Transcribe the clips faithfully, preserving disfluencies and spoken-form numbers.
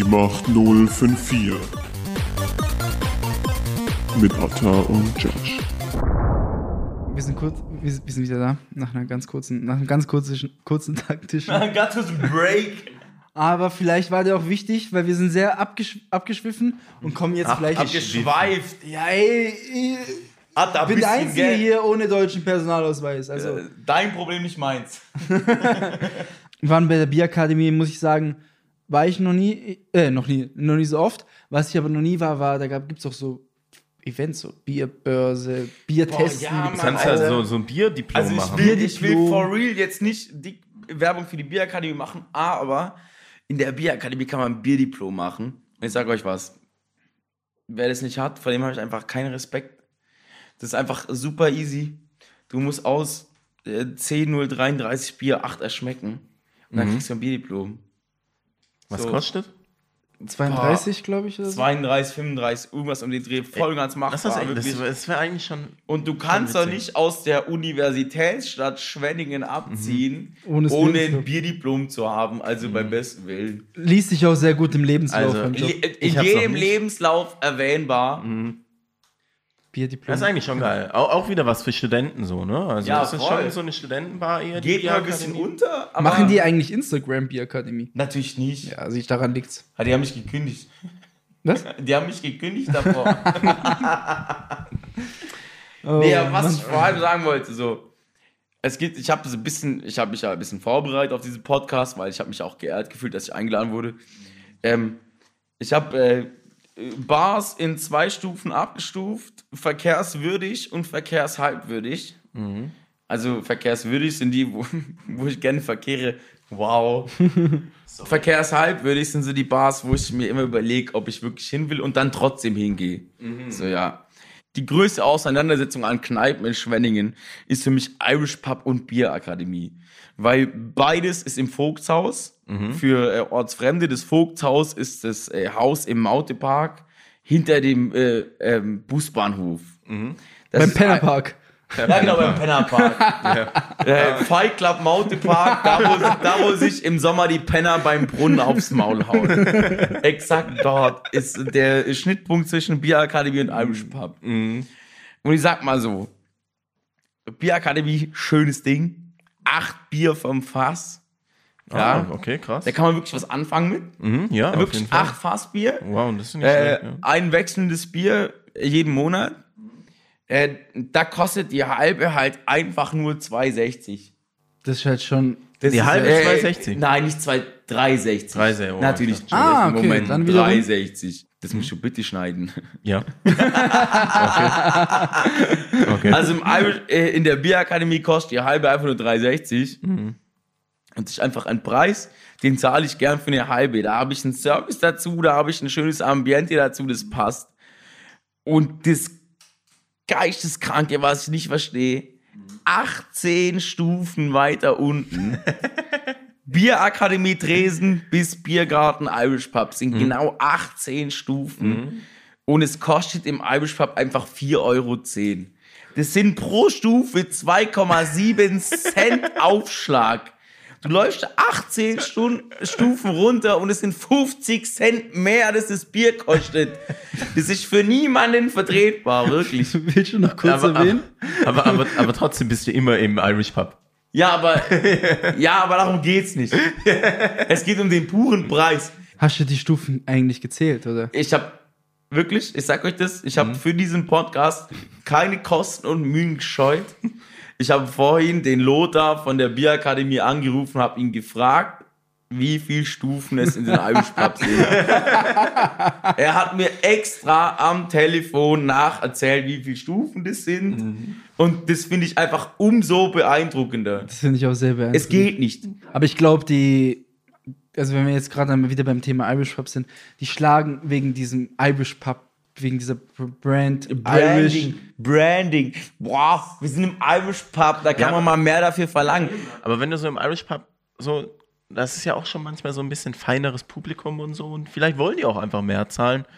Macht null fünf vier mit Atta und Josh. Wir sind kurz, wir sind wieder da, nach einer ganz kurzen, nach einem ganz kurzen, kurzen taktischen. Nach einem ganz kurzen Break. Aber vielleicht war der auch wichtig, weil wir sind sehr abgesch- abgeschwiffen und kommen jetzt Ab, vielleicht... abgeschweift. Ja, ey, ich Hat bin der Einzige Geld. Hier ohne deutschen Personalausweis. Also äh, dein Problem, nicht meins. Wir waren bei der Bierakademie, muss ich sagen, war ich noch nie, äh, noch nie, noch nie so oft. Was ich aber noch nie war, war, da gibt es auch so Events, so Bierbörse, Biertesten. Boah, ja, Du kannst ja so, so ein Bierdiplom Also ich machen. will, ich will for real jetzt nicht die Werbung für die Bierakademie machen, aber in der Bierakademie kann man ein Bierdiplom machen. Und ich sage euch was, wer das nicht hat, vor dem habe ich einfach keinen Respekt. Das ist einfach super easy. Du musst aus äh, zehn null dreiunddreißig Bier acht erschmecken und dann Mhm. kriegst du ein Bierdiplom. Was So. kostet? zweiunddreißig, glaube ich. Oder so. zweiunddreißig, fünfunddreißig, irgendwas um den Dreh, voll ganz machbar. Das, das, wirklich. das, das wäre eigentlich schon... Und du kannst doch witzig. nicht aus der Universitätsstadt Schwenningen abziehen, Ohne das ohne Lebenslauf. ein Bierdiplom zu haben, also beim besten Willen. Liest sich auch sehr gut im Lebenslauf. Also, beim Job. In, in Ich hab's jedem noch nicht. Lebenslauf erwähnbar. Bierdiplom. Das ist eigentlich schon geil. Auch, auch wieder was für Studenten so, ne? Also Ja, das ist voll. schon so eine Studentenbar eher. die Geht immer ein bisschen Bierakademie. unter, aber Machen die eigentlich Instagram Bierakademie? natürlich nicht. Ja, also ich, daran liegt's. Ah, die haben mich gekündigt. Was? Die haben mich gekündigt davor. Oh, nee, aber was Mann. ich vor allem sagen wollte, so, es gibt, ich habe so ein bisschen, ich habe mich ja ein bisschen vorbereitet auf diesen Podcast, weil ich habe mich auch geehrt gefühlt, dass ich eingeladen wurde. Ähm, ich habe äh, Bars in zwei Stufen abgestuft, verkehrswürdig und verkehrshalbwürdig. Also verkehrswürdig sind die, wo, wo ich gerne verkehre. Wow. Verkehrshalbwürdig sind so die Bars, wo ich mir immer überlege, ob ich wirklich hin will und dann trotzdem hingehe. So, ja. Die größte Auseinandersetzung an Kneipen in Schwenningen ist für mich Irish Pub und Bierakademie. Weil beides ist im Vogtshaus. Für äh, Ortsfremde, das Vogtshaus ist das äh, Haus im Mautepark hinter dem äh, ähm, Busbahnhof. Das Beim ist Pennerpark. ja, genau, beim Pennerpark. Äh, Fight Club Mautepark, da wo, da wo sich im Sommer die Penner beim Brunnen aufs Maul hauen. Exakt dort ist der Schnittpunkt zwischen Bierakademie und Irish Pub. Und ich sag mal so, Bierakademie, schönes Ding. Acht Bier vom Fass. Ja, Ah, okay, krass. da kann man wirklich was anfangen mit. Mhm, ja, auf Wirklich jeden Fall. acht Fassbier. Wow, das ist nicht Äh, schlecht. Ja. ein wechselndes Bier jeden Monat. Äh, da kostet die halbe halt einfach nur zwei sechzig. Das ist halt schon... Das Die ist, halbe äh, zwei sechzig? Nein, nicht zwei, drei sechzig. drei sechzig, oh, Natürlich. okay. Ah, Entschuldigung, okay, Moment, dann wiederum- drei sechzig. Das musst du bitte schneiden. Ja. okay. okay. Also im Irish, äh, in der Bierakademie kostet die halbe einfach nur drei sechzig. Und das ist einfach ein Preis, den zahle ich gern für eine halbe. Da habe ich einen Service dazu, da habe ich ein schönes Ambiente dazu, das passt. Und das Geisteskranke, was ich nicht verstehe, achtzehn Stufen weiter unten, Bierakademie Dresden bis Biergarten Irish Pub sind genau achtzehn Stufen. Und es kostet im Irish Pub einfach vier Euro zehn. Das sind pro Stufe zwei Komma sieben Cent Aufschlag. Du läufst achtzehn Stunden, Stufen runter und es sind fünfzig Cent mehr, dass das Bier kostet. Das ist für niemanden vertretbar, wirklich. Willst du noch kurz aber, erwähnen? aber, aber, aber, aber trotzdem bist du immer im Irish Pub. Ja, aber, ja, aber darum geht's nicht. Es geht um den puren Preis. Hast du die Stufen eigentlich gezählt, oder? Ich habe wirklich, ich sag euch das, ich habe für diesen Podcast keine Kosten und Mühen gescheut. Ich habe vorhin den Lothar von der Bierakademie angerufen, habe ihn gefragt, wie viele Stufen es in den Irish Pub sind. Er hat mir extra am Telefon nacherzählt, wie viele Stufen das sind. Mhm. Und das finde ich einfach umso beeindruckender. Das finde ich auch sehr beeindruckend. Es geht nicht. Aber ich glaube, die, also wenn wir jetzt gerade wieder beim Thema Irish Pub sind, die schlagen wegen diesem Irish Pub, wegen dieser Brand Irish. Branding, Branding. Boah, wir sind im Irish Pub, da kann Ja. man mal mehr dafür verlangen. Aber wenn du so im Irish Pub so, das ist ja auch schon manchmal so ein bisschen feineres Publikum und so und vielleicht wollen die auch einfach mehr zahlen.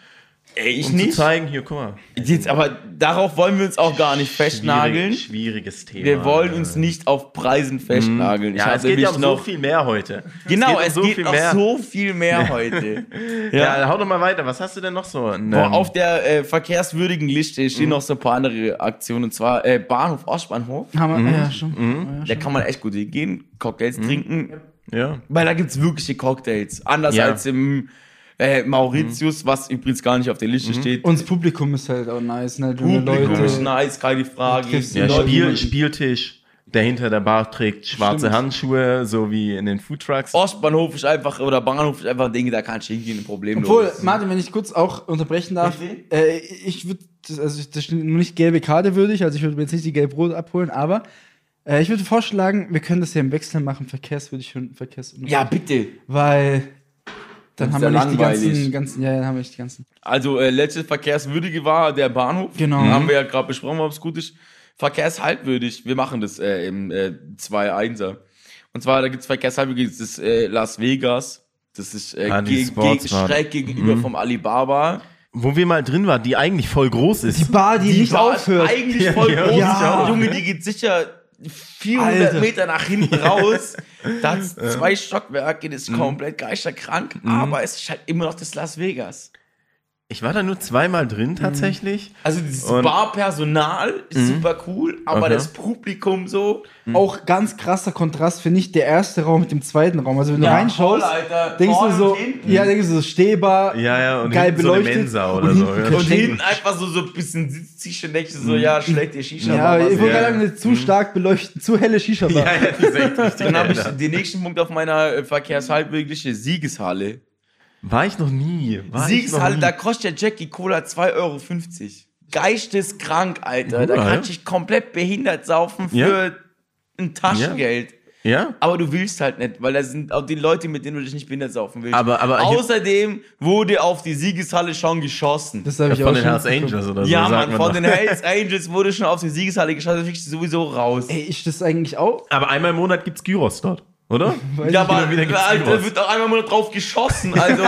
Ey, ich um nicht. zu zeigen, hier, guck mal. Jetzt, aber darauf wollen wir uns auch gar nicht festnageln. Schwierig, schwieriges Thema. Wir wollen uns nicht auf Preisen festnageln. Ich Ja, hab es geht ja nämlich um so viel mehr heute. Genau, es es geht, geht, um so viel noch mehr. so viel mehr heute. Ja. ja. hau doch mal weiter. Was hast du denn noch so? Ein, Boah, ähm, auf der äh, verkehrswürdigen Liste stehen noch so ein paar andere Aktionen. Und zwar äh, Bahnhof, Ostbahnhof. Haben wir, ja, schon. Ja, Da schon. kann man echt gut hingehen, Cocktails trinken. ja. Weil da gibt's wirkliche Cocktails. Anders Ja. als im äh, Mauritius, was übrigens gar nicht auf der Liste steht. Und das Publikum ist halt auch nice, ne? Junge Publikum ist Leute. nice, keine Frage. Triffst Die ja, die Leute- Spiel, Spieltisch. Der hinter der Bar trägt schwarze Stimmt. Handschuhe, so wie in den Foodtrucks. Ostbahnhof ist einfach, oder Bahnhof ist einfach ein Ding, da kannst du hingehen, problemlos. Obwohl, Martin, wenn ich kurz auch unterbrechen darf, Bitte? äh, ich würde, also das steht nur nicht gelbe Karte würdig, also ich würde mir jetzt nicht die gelb-rot abholen, aber äh, ich würde vorschlagen, wir können das ja im Wechsel machen, verkehrswürdig und verkehrsunwürdig. Ja, bitte. Weil dann Das haben ist wir ja nicht die ganzen, langweilig. ganzen, ja, dann haben wir nicht die ganzen. Also, äh, letztes verkehrswürdige war der Bahnhof. Genau. Haben wir ja gerade besprochen, ob es gut ist. Verkehrshaltwürdig, wir machen das äh, im äh, zwei Einser. Und zwar, da gibt's verkehrshaltwürdig, das ist äh, Las Vegas. Das ist äh, Ah, die ge ge Sportsbar. schräg gegenüber vom Alibaba. Wo wir mal drin waren, die eigentlich voll groß ist. Die Bar, die, nicht Bar ist aufhört. eigentlich voll Ja, groß. ja. Junge, die geht sicher vierhundert Alter. Meter nach hinten raus. Da hat's zwei Stockwerke, das ist Mhm. komplett geisterkrank. Aber es ist halt immer noch das Las Vegas. Ich war da nur zweimal drin tatsächlich. Also dieses Und- Barpersonal ist super cool, aber Okay. das Publikum so. Auch ganz krasser Kontrast, finde ich, der erste Raum mit dem zweiten Raum. Also wenn du Ja, reinschaust, voll, Alter. denkst du Vorne so, und hinten. ja, denkst du so Stehbar, Ja, ja, und geil hinten so eine beleuchtet. Mensa oder und so, hinten ja. Und Geschenke. hinten einfach so, so ein bisschen Sitztische, denkst du so, ja, schlechte Shisha. Ja, ich wollte Ja. gerade sagen, eine zu stark beleuchten, zu helle Shisha-Bar. Ja, ja, die ist echt richtig. Dann habe ich Alter. den nächsten Punkt auf meiner äh, verkehrshaltwürdige Siegeshalle. War ich noch nie. War Siegeshalle, ich da noch nie. kostet der Jackie Cola zwei Euro fünfzig. Geisteskrank, Alter. Da Ja, kannst du ja. dich komplett behindert saufen für Ja. ein Taschengeld. Ja? Aber du willst halt nicht, weil da sind auch die Leute, mit denen du dich nicht behindert saufen willst. Aber- aber- Außerdem wurde auf die Siegeshalle schon geschossen. Das habe ich Von auch den schon Hells mitbekommen. Angels oder so. ja, sagt Mann, man von doch. den Hells Angels wurde schon auf die Siegeshalle geschossen, da fliegst du sowieso raus. Ey, ist das eigentlich auch? Aber einmal im Monat gibt's Gyros dort, oder? Weiß Ja, ich aber immer wieder gibt's Alter, Gyros. wird auch einmal mal drauf geschossen. Also,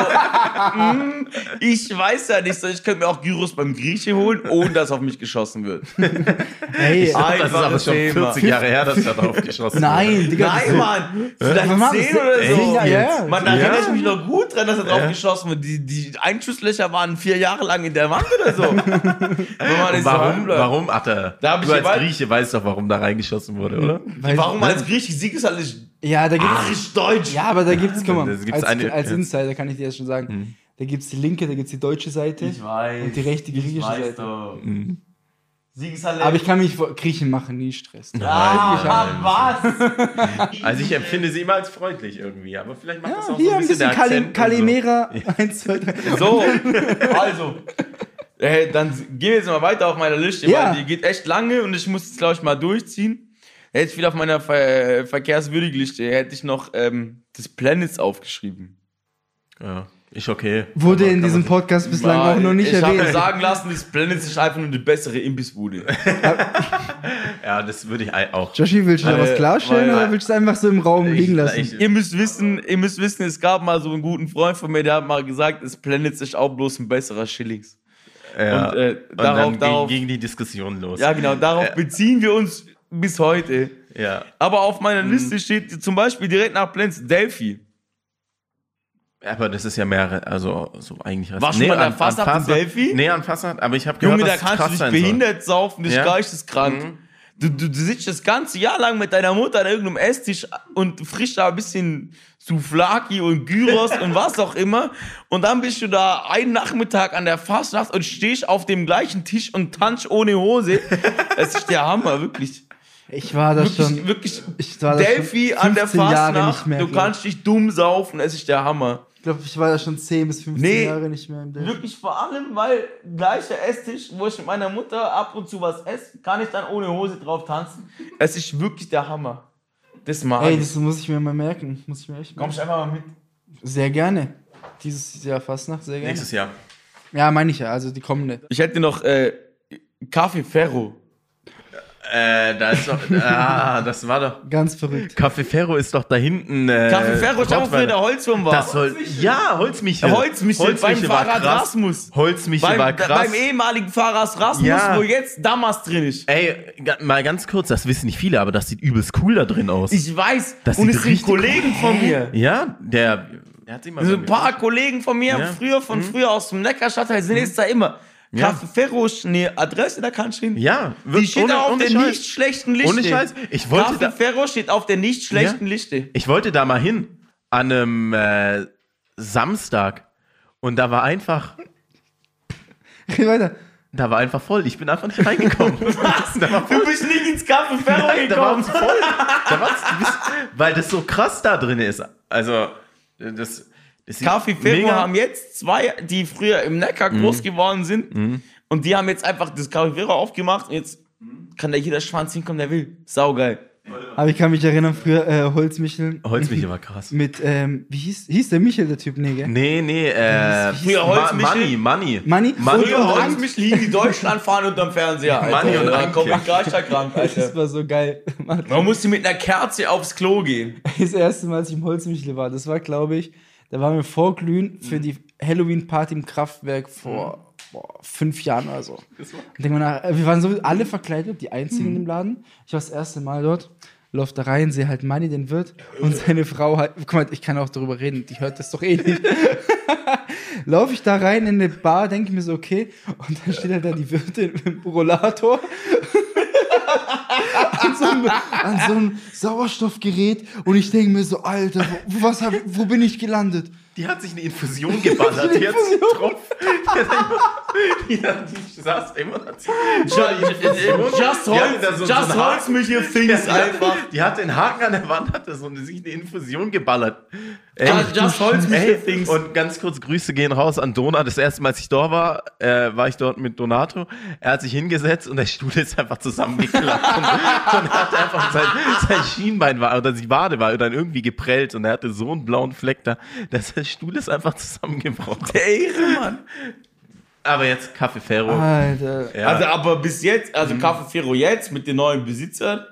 mm, ich weiß ja nicht, so, ich könnte mir auch Gyros beim Grieche holen, ohne dass auf mich geschossen wird. Ey, Ah, Das ist aber Einfaches schon Thema. vierzig Jahre her, dass da drauf geschossen nein, Digga. das Nein, ist- Mann, vielleicht Mann, zehn das- oder Echt so. jetzt? Ja, ja. Mann, da Ja. erinnere ich mich noch gut dran, dass er drauf Ja. geschossen wird. Die, die Einschusslöcher waren vier Jahre lang in der Wand oder so. Wenn man nicht so Warum? ranbleibt. Warum? Ach, da, Da hab ich du als gewalt- Grieche weißt doch, warum da reingeschossen wurde, oder? Weiß- Warum als Grieche Siegeshalle ist Ja, da gibt's. arisch deutsch? Ja, aber da gibt's, guck mal, Da gibt's als, eine- als ja. Insider kann ich dir das schon sagen. Da gibt's die linke, da gibt's die deutsche Seite. Ich weiß. Und die rechte griechische ich weiß Seite. doch. Siegeshalle. Aber ich kann mich vor Griechen machen, nie Stress. Ah, was? Also ich empfinde sie immer als freundlich irgendwie, aber vielleicht macht das Ja, auch hier so ein bisschen der Kali Akzent und Kalimera. Eins, zwei, drei. So, also. Äh, dann gehen wir jetzt mal weiter auf meiner Liste, Ja. weil die geht echt lange und ich muss jetzt, glaube ich, mal durchziehen. Hätte ich viel auf meiner Ver verkehrswürdigen Liste, hätte ich noch ähm, das Planets aufgeschrieben. So. Ja, ist okay. Wurde Aber in kann diesem man- Podcast bislang auch noch nicht ich habe mir erwähnt. sagen lassen, das Planets ist einfach nur eine bessere Imbissbude. Ja, das würde ich auch. Joshi, willst du da Weil- was klarstellen weil- oder willst du es einfach so im Raum Ich- liegen lassen? ich- ihr müsst wissen, ihr müsst wissen, es gab mal so einen guten Freund von mir, der hat mal gesagt, das Planets ist auch bloß ein besserer Schillings. Ja. Und, äh, Und darauf- dann darauf- ging, ging die Diskussion los. Ja, genau, darauf beziehen wir uns bis heute. Ja. Aber auf meiner Liste steht zum Beispiel direkt nach Plenz Delphi. Aber das ist ja mehr, also so eigentlich. War schon mal der Fastnacht in Delphi? Nee, an Fastnacht, aber ich habe gehört, Junge, da dass es kannst krass du dich sein soll. behindert saufen, das ist Ja. geisteskrank. Mhm. Du, du, du sitzt das ganze Jahr lang mit deiner Mutter an irgendeinem Esstisch und frischst da ein bisschen Souvlaki und Gyros und was auch immer. Und dann bist du da einen Nachmittag an der Fastnacht und stehst auf dem gleichen Tisch und tanzt ohne Hose. Das ist der Hammer, wirklich. Ich war da Wirklich, schon. wirklich Ich war da Delphi schon an der fünfzehn Jahre Fastnacht, nicht mehr, du glaub kannst dich dumm saufen, es ist der Hammer. Ich glaube, ich war da schon zehn bis fünfzehn Nee. Jahre nicht mehr im Delphi. Wirklich vor allem, weil gleicher Esstisch, wo ich mit meiner Mutter ab und zu was esse, kann ich dann ohne Hose drauf tanzen. Es ist wirklich der Hammer. Das mag Ey, ich. das muss ich mir mal merken. Muss ich mir echt Kommst merken. einfach mal mit. Sehr gerne. Dieses Jahr Fastnacht, sehr gerne. Nächstes Jahr. Ja, meine ich ja, also die kommende. Ich hätte noch äh, Kaffee Ferro. Äh, da ist doch, ah, das war doch, Ganz verrückt. Café Ferro ist doch da hinten. Äh, Café Ferro, ich glaube, früher der Holzwurm war. Das soll, ja, Holzmichel. Holzmichel, beim war Fahrrad krass. Rasmus. Holzmichel Beim, war krass. beim ehemaligen Fahrrad Rasmus, Ja. wo jetzt Damas drin ist. Ey, ga- mal ganz kurz, das wissen nicht viele, aber das sieht übelst cool da drin aus. Ich weiß, Das und sieht es sind richtig Kollegen von mir. Ja, der, der hat sich mal So bei ein mir- paar Kollegen von mir, Ja. früher, von früher aus dem Neckarstadtteil, sind jetzt da immer. Ja. Café Ferro, eine Adresse, da kannst du hin. Ja, Die steht ohne- auf ohne der Scheiß. nicht schlechten Liste. Ohne Scheiß. Ich wollte Café da- Ferro steht auf der nicht schlechten Ja. Liste. Ich wollte da mal hin an einem äh, Samstag und da war einfach, Red weiter. da war einfach voll. Ich bin einfach nicht reingekommen. Was? Da war voll. Du bist nicht ins Café Ferro Nein, da war gekommen. voll. Da war's, du bist, weil das so krass da drin ist. Also das, das sieht Café Ferro mega- haben jetzt zwei, die früher im Neckar groß geworden sind. Und die haben jetzt einfach das Café Ferro aufgemacht. Und jetzt kann da jeder Schwanz hinkommen, der will. Saugeil. Aber ich kann mich erinnern, früher äh, Holzmichel. Holzmichel war krass. Mit, ähm, wie hieß, hieß der Michel, der Typ? Nee, gell? Nee, nee, äh, Früher Ma- Holzmichel. Money, Money. Money? Money Und- Früher und- Holzmichel liegen die Deutschland fahren unterm Fernseher, Alter. Manni und Da Anke. kommt ich gleich da krank, Das Alter. war so geil. Mann. Man musste mit einer Kerze aufs Klo gehen. Das erste Mal, als ich im Holzmichel war, das war, glaube ich, da waren wir vorglühen für die Halloween-Party im Kraftwerk vor boah, fünf Jahren oder so. Und denk mal nach, wir waren so alle verkleidet, die einzigen in dem Laden. Ich war das erste Mal dort, lauf da rein, sehe halt Manni, den Wirt, und seine Frau halt, guck mal, ich kann auch darüber reden, die hört das doch eh nicht. Lauf ich da rein in eine Bar, denke mir so, okay, und dann steht halt da die Wirtin im Rollator. an, so einem, an so einem Sauerstoffgerät und ich denke mir so, Alter, wo, was hab, wo bin ich gelandet? Die hat sich eine Infusion geballert. Die hat sich drauf. Die, hat einfach, die, hat, die saß immer und hat sich Just, just, Die Holz, hatte da so- so just einen Haken. Holzmichel Die, Things hat- einfach. die hatte einen Haken an der Wand, hatte so eine, sich eine Infusion geballert. Ey, Just, just Holzmichel ey, Things. und ganz kurz, Grüße gehen raus an Dona. Das erste Mal, als ich dort war, äh, war ich dort mit Donato. Er hat sich hingesetzt und der Stuhl ist einfach zusammengeklappt. und, und er hatte einfach sein, sein Schienbein war, oder die Wade war dann irgendwie geprellt und er hatte so einen blauen Fleck da, dass der Stuhl ist einfach zusammengebrochen. Ey, Mann. Aber jetzt Café Ferro. Alter. Ja. Also, aber bis jetzt, also Café Ferro jetzt mit den neuen Besitzern,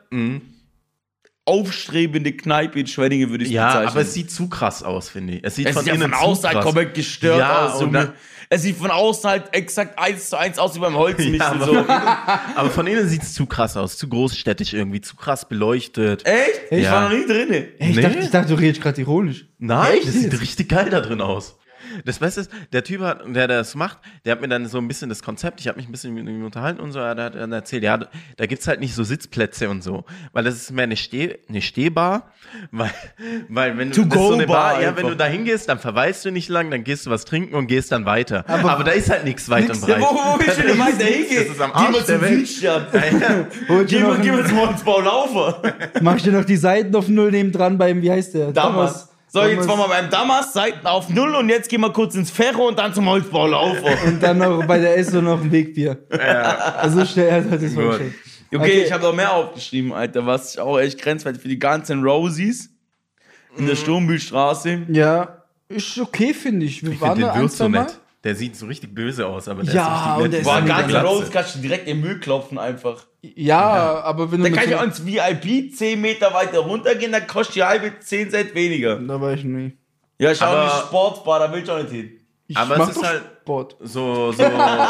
aufstrebende Kneipe in Schwenningen würde ich Ja, bezeichnen. aber es sieht zu krass aus, finde ich. Es sieht Es von sieht ja innen von zu außen halt krass. komplett gestört Ja, aus. und Junge. dann- Es sieht von außen halt exakt eins zu eins aus wie beim Holzmichel. Ja, aber, so. aber von innen sieht es zu krass aus, zu großstädtisch irgendwie, zu krass beleuchtet. Echt? Ich Ja. war noch nie drin. Ey, ich, Nee. dachte, ich dachte, du redest gerade ironisch. Nein, Echt das sieht jetzt? richtig geil da drin aus. Das Beste ist, der Typ, hat, der das macht, der hat mir dann so ein bisschen das Konzept, ich habe mich ein bisschen mit ihm unterhalten und so, er hat dann erzählt, ja, da gibt's halt nicht so Sitzplätze und so, weil das ist mehr eine, Steh, eine Stehbar, weil, weil wenn du, das ist so eine To-go-Bar Bar, ja, einfach. wenn du da hingehst, dann verweilst du nicht lang, dann gehst du was trinken und gehst dann weiter. Aber, da ist halt nichts weit und Ja, breit. wo, wo willst du denn weiter Das hingehen? ist am Geh mal Arsch zum der Welt. Wildstern. Holt Geh dir mal, noch geh mal einen- zum Holzbau Laufer. Mach ich dir noch die Seiten auf Null nebendran beim, wie heißt der? Damas. So, jetzt Damas. waren wir beim Damas, Seiten auf Null und jetzt gehen wir kurz ins Ferro und dann zum Holzbau Laufer. Und dann noch bei der Esso noch ein Wegbier. Also schnell, er hat das Gut. vorgestellt. Okay, Okay. ich habe noch mehr aufgeschrieben, Alter, was ich auch echt grenzwertig für die ganzen Rosies in der Sturmbühlstraße. Ja, ist okay, finde ich. Wir Ich waren finde da den ein, Wirt zwei so Mal. nett. Der sieht so richtig böse aus, aber der Ja, ist richtig und nett. der ist Boah, eine ganze Glatze. Rose kannst du direkt in den Müll klopfen einfach. Ja, aber wenn du Da mit kann ich so- auch ins V I P zehn Meter weiter runtergehen, dann kostet die halbe zehn Cent weniger. Da war ich nie. Ja, ich Aber- habe eine Sportbar, da will ich auch nicht hin. Ich Aber mach es ist doch halt- Sport. So, so,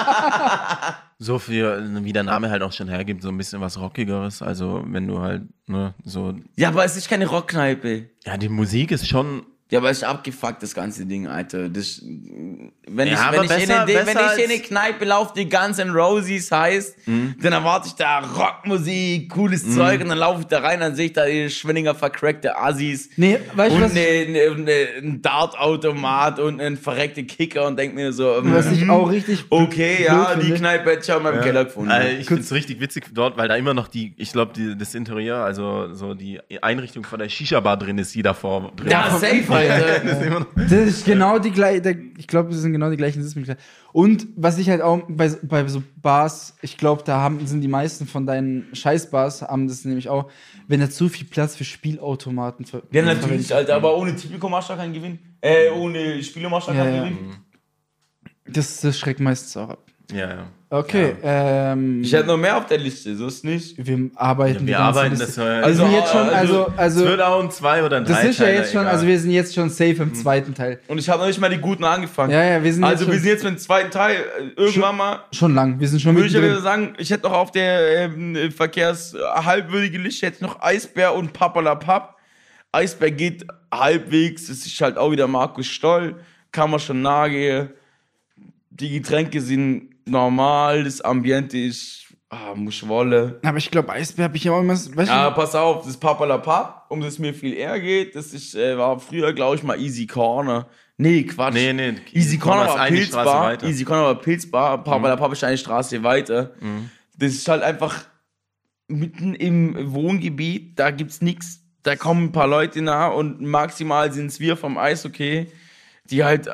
so für, wie der Name halt auch schon hergibt, so ein bisschen was Rockigeres. Also, wenn du halt, ne, so, Ja, aber es ist keine Rockkneipe. ja, die Musik ist schon, Ja, aber es ist abgefuckt, das ganze Ding, Alter. Das, wenn Ja, ich, aber wenn, ich in besser- eine, wenn besser ich in als- eine Kneipe laufe, die Guns N' Roses heißt, dann erwarte ich da Rockmusik, cooles Zeug und dann laufe ich da rein, dann sehe ich da die Schwenninger vercrackte Assis. Nee, weißt du Und was? eine, eine, eine, ein Dartautomat und einen verreckte Kicker und denk mir so, Was ich mhm, auch richtig okay, blöd ja, die finde. Kneipe hätte ich auch mal im Keller gefunden. äh, ich finde es richtig witzig dort, weil da immer noch die, ich glaube, die, das Interieur, also so die Einrichtung von der Shisha-Bar drin ist, die davor drin ja, ist. safe, Alter. Das ist immer noch, Das ist genau die gleiche, ich glaube, das sind genau die gleichen Sitzmöglichkeiten. Und was ich halt auch bei, bei so Bars, ich glaube, da haben, sind die meisten von deinen Scheißbars, haben das nämlich auch, wenn da zu viel Platz für Spielautomaten ver Ja, verwendet natürlich, Alter, aber ohne Tipico machst du keinen Gewinn. Äh, ohne Spieler machst du Ja, keinen ja. Gewinn. Das, das schreckt meistens auch ab. Ja, ja. Okay, ähm, Ich hätte noch mehr auf der Liste, so ist nicht. wir arbeiten Ja, die wir ganze arbeiten Liste. das ja- Also, wir sind jetzt schon, Also, also, Es also, wird auch ein Zwei- oder ein das ist ja Dreiteiler, jetzt schon, egal. also wir sind jetzt schon safe im zweiten Teil. Und ich habe noch nicht mal die guten angefangen. Ja, ja, wir sind Also jetzt wir schon, sind jetzt mit dem zweiten Teil. äh, Irgendwann mal schon lang, wir sind schon würde ich ja wieder mittendrin. sagen, ich hätte noch auf der ähm, verkehrshalbwürdige Liste jetzt noch Eisbär und Papalapap. Eisbär geht halbwegs, das ist halt auch wieder Markus Stoll, kann man schon nahe gehen. Die Getränke sind normal, das Ambiente ist, ah, muss wolle. Aber ich glaube, Eisbär habe ich ja auch immer, weißt Ja, du, pass auf, das Papalapap, um das mir viel eher geht, das ist, äh, war früher, glaube ich, mal Easy Corner. Nee, Quatsch. Nee, nee. Easy Corner war eine Straße Pilzbar. weiter. Easy Corner war Pilzbar. Papalapap ist eine Straße weiter. Mhm. Das ist halt einfach mitten im Wohngebiet, da gibt's nix. Da kommen ein paar Leute nah und maximal sind's wir vom Eishockey, die halt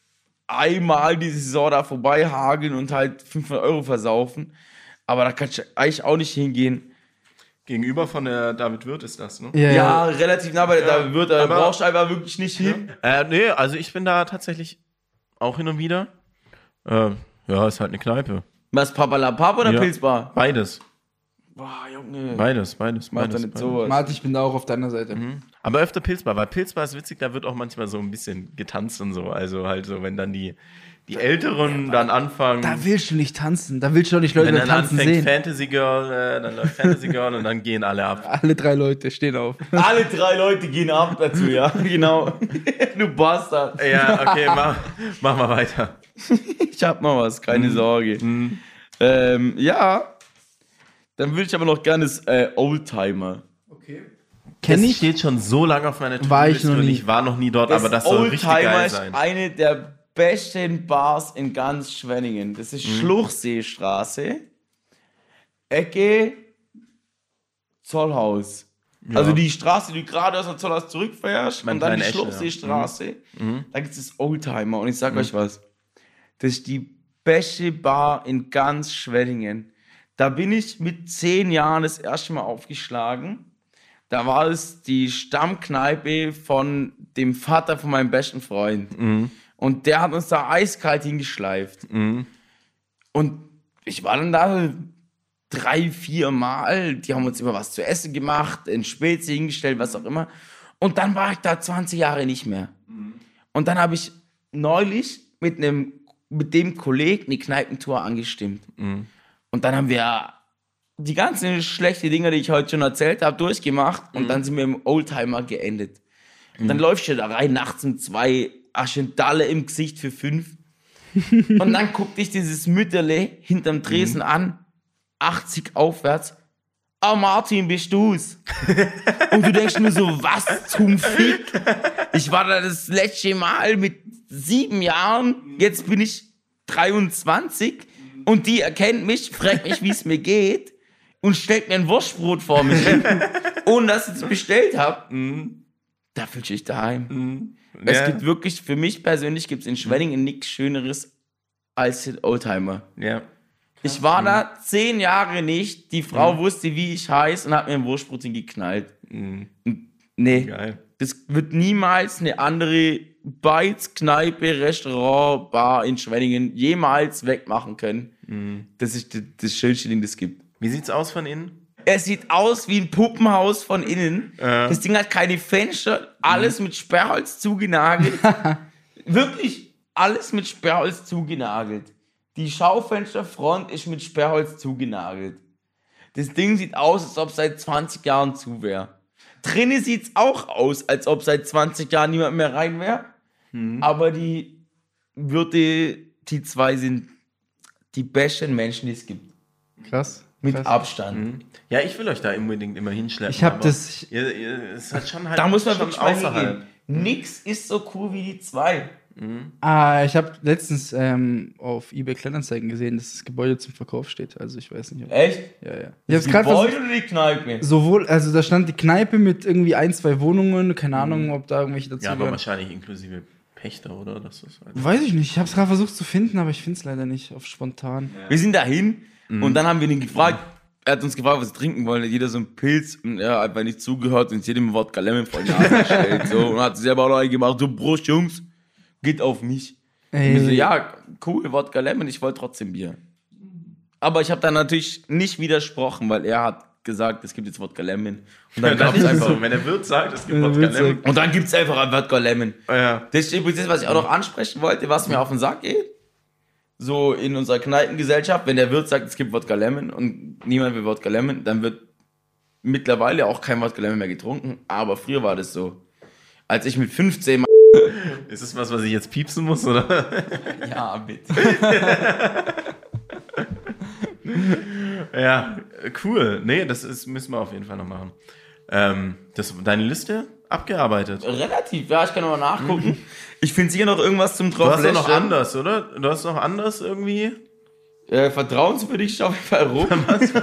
einmal die Saison da vorbei hageln und halt fünfhundert Euro versaufen. Aber da kannst du eigentlich auch nicht hingehen. Gegenüber von der David Wirth ist das, ne? ja, Ja, ja. relativ nah bei der Ja, David Wirth, da aber- brauchst du einfach wirklich nicht hin. Äh, nee, also ich bin da tatsächlich auch hin und wieder. Äh, ja, ist halt eine Kneipe. Was, Papalapap oder Ja. Pilzbar? Beides. Boah, Junge. Beides, beides, Mach beides. doch nicht beides. sowas. Martin, ich bin da auch auf deiner Seite. Aber öfter Pilzbar, weil Pilzbar ist witzig, da wird auch manchmal so ein bisschen getanzt und so. Also halt so, wenn dann die, die Älteren dann anfangen. Da willst du nicht tanzen, da willst du doch nicht Leute wenn beim dann Tanzen anfängt sehen. Fantasy Girl, äh, dann läuft Fantasy Girl und dann gehen alle ab. Alle drei Leute stehen auf. Alle drei Leute gehen ab dazu, ja, genau. Du Bastard. Ja, okay, mach, mach mal weiter. Ich hab noch was, keine Sorge. Ähm, ja, dann würde ich aber noch gerne das äh, Oldtimer. Okay. Das Kenn ich? steht schon so lange auf meiner War ich To-Do-Liste noch und nie. ich war noch nie dort, aber das soll richtig Oldtimer geil ist sein. eine der besten Bars in ganz Schwenningen. Das ist Schluchseestraße, Ecke Zollhaus. Ja. Also die Straße, die du gerade aus dem Zollhaus zurückfährst Mein und dann die kleiner Eschel, ja. Schluchseestraße, Mhm. da gibt es das Oldtimer. Und ich sag euch was, das ist die beste Bar in ganz Schwenningen. Da bin ich mit zehn Jahren das erste Mal aufgeschlagen. Da war es die Stammkneipe von dem Vater von meinem besten Freund. Mhm. Und der hat uns da eiskalt hingeschleift. Mhm. Und ich war dann da drei, vier Mal. Die haben uns immer was zu essen gemacht, in Spezi hingestellt, was auch immer. Und dann war ich da zwanzig Jahre nicht mehr. Und dann habe ich neulich mit einem, mit dem Kollegen eine Kneipentour angestimmt. Mhm. Und dann haben wir die ganzen schlechten Dinge, die ich heute schon erzählt habe, durchgemacht. Und dann sind wir im Oldtimer geendet. Und dann läufst du da rein, nachts um zwei, Aschendalle im Gesicht für fünf. Und dann guckt dich dieses Mütterle hinterm Tresen an, achtzig aufwärts. Ah, Martin, bist du's? Und du denkst nur so, was zum Fick? Ich war da das letzte Mal mit sieben Jahren, jetzt bin ich dreiundzwanzig und die erkennt mich, fragt mich, wie es mir geht und stellt mir ein Wurstbrot vor mich hin, ohne dass ich es bestellt habe. Da fühle ich mich daheim. Es Ja. gibt wirklich, für mich persönlich gibt es in Schwenningen nichts Schöneres als den Oldtimer. Ja. Ich war da zehn Jahre nicht. Die Frau wusste, wie ich heiße und hat mir ein Wurstbrot hingeknallt. Mhm. Nee, Geil. das wird niemals eine andere Bites, Kneipe, Restaurant, Bar in Schwenningen jemals wegmachen können. Das ist das, das schönste Ding, das es gibt. Wie sieht's aus von innen? Es sieht aus wie ein Puppenhaus von innen. Ja. Das Ding hat keine Fenster, alles mit Sperrholz zugenagelt. Wirklich alles mit Sperrholz zugenagelt. Die Schaufensterfront ist mit Sperrholz zugenagelt. Das Ding sieht aus, als ob es seit zwanzig Jahren zu wäre. Drinnen sieht es auch aus, als ob seit zwanzig Jahren niemand mehr rein wäre. Aber die Wirte, die zwei sind die besten Menschen, die es gibt. Krass. Mit krass. Abstand. Ja, ich will euch da unbedingt immer hinschleppen. Ich hab aber das- Ihr, ihr, es hat schon halt Da muss man schon wirklich mal außerhalb. hingehen. Nix ist so cool wie die zwei. Ah, ich habe letztens ähm, auf eBay Kleinanzeigen gesehen, dass das Gebäude zum Verkauf steht. Also ich weiß nicht. Ob, Echt? ja, ja. Ich Das hab's gerade Gebäude versucht. oder die Kneipe? Sowohl, also da stand die Kneipe mit irgendwie ein, zwei Wohnungen, keine Ahnung, ob da irgendwelche dazu Ja, aber gehören. wahrscheinlich inklusive Pächter, oder? Das ist halt Weiß ich nicht. Ich habe es gerade versucht zu finden, aber ich finde es leider nicht auf spontan. Wir sind dahin und dann haben wir ihn gefragt. Er hat uns gefragt, was wir trinken wollen. Hat jeder so einen Pilz und er hat einfach nicht zugehört und jedem Wodka Lemon voll die Nase gestellt. So, und hat selber auch noch einen gemacht. So, Prost, Jungs, geht auf mich. Ey, Und ich so, ja, cool, Wodka Lemon, ich wollte trotzdem Bier. Aber ich habe dann natürlich nicht widersprochen, weil er hat gesagt, es gibt jetzt Wodka Lemon. Und dann gab es einfach. so, wenn der Wirt sagt, es gibt Wenn der Wodka Wirt Lemon. sagt. Und dann gibt es einfach ein Wodka Lemon. Ja. Das ist übrigens das, was ich auch noch ansprechen wollte, was mir auf den Sack geht. So in unserer Kneipengesellschaft, wenn der Wirt sagt, es gibt Wodka Lemon und niemand will Wodka Lemon, dann wird mittlerweile auch kein Wodka Lemon mehr getrunken. Aber früher war das so. Als ich mit fünfzehn Mal. Ist das was, was ich jetzt piepsen muss, oder? Ja, bitte. Ja, cool. Nee, das ist, müssen wir auf jeden Fall noch machen. Ähm, das, deine Liste abgearbeitet. Relativ, ja, ich kann noch mal nachgucken. Ich finde hier noch irgendwas zum Du hast ja noch Drauflächeln. anders, oder? Du hast noch anders irgendwie. Äh, vertrauenswürdig auf jeden Fall rum.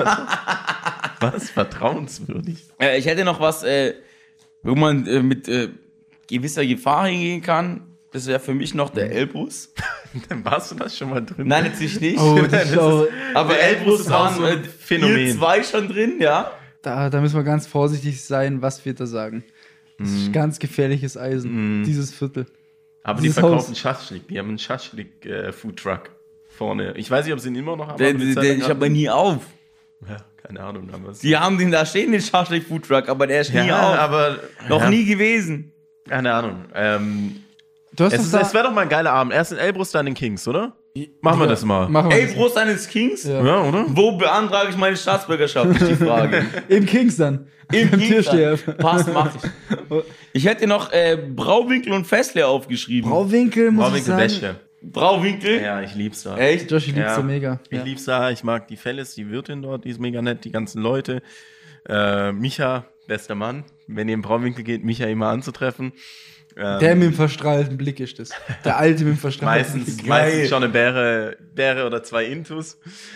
Was? Vertrauenswürdig? äh, ich hätte noch was, äh, wo man äh, mit äh, gewisser Gefahr hingehen kann. Das wäre für mich noch der Elbrus. Dann warst du das schon mal drin. Nein, natürlich nicht. Oh, das ist auch, Aber der Elbrus Elbrus ist auch waren so ein äh, Phänomen. ihr zwei schon drin, ja. da, da müssen wir ganz vorsichtig sein, was wir da sagen. Das ist ganz gefährliches Eisen, dieses Viertel. Aber die Dieses verkaufen Haus. Schaschlik. Die haben einen Schaschlik-Foodtruck vorne. Ich weiß nicht, ob sie ihn immer noch haben. Der, aber die der, Zeit der, lang ich habe hatten- nie auf. Ja, keine Ahnung. Damals. Die haben den da stehen, den Schaschlik Food Truck, aber der ist nie ja, auf. aber Noch ja, nie gewesen. Keine Ahnung. Ähm, Du hast es doch ist- da, es wäre doch mal ein geiler Abend. Erst in Elbrus, dann in Kings, oder? Machen wir das mal. Machen wir Ey, das. Prost eines Kings? Ja. Ja, oder? Wo beantrage ich meine Staatsbürgerschaft, ist die Frage. Im Kings dann. Im Am Kings Türsteher. dann. Passt, mach ich. Ich hätte noch äh, Brauwinkel und Fessler aufgeschrieben. Brauwinkel, muss ich Brauwinkel sagen. Bäschle. Brauwinkel? Ja, ich lieb's da. Echt? Joshi liebt's Ja. so mega. Ich Ja. lieb's da. Ich mag die Felles, die Wirtin dort, die ist mega nett, die ganzen Leute. Äh, Micha, bester Mann. Wenn ihr im Brauwinkel geht, Micha immer anzutreffen. Ähm, Der mit dem verstrahlten Blick ist das. Der alte mit dem verstrahlten meistens, Blick. meistens schon eine Bäre, Bäre oder zwei Intus.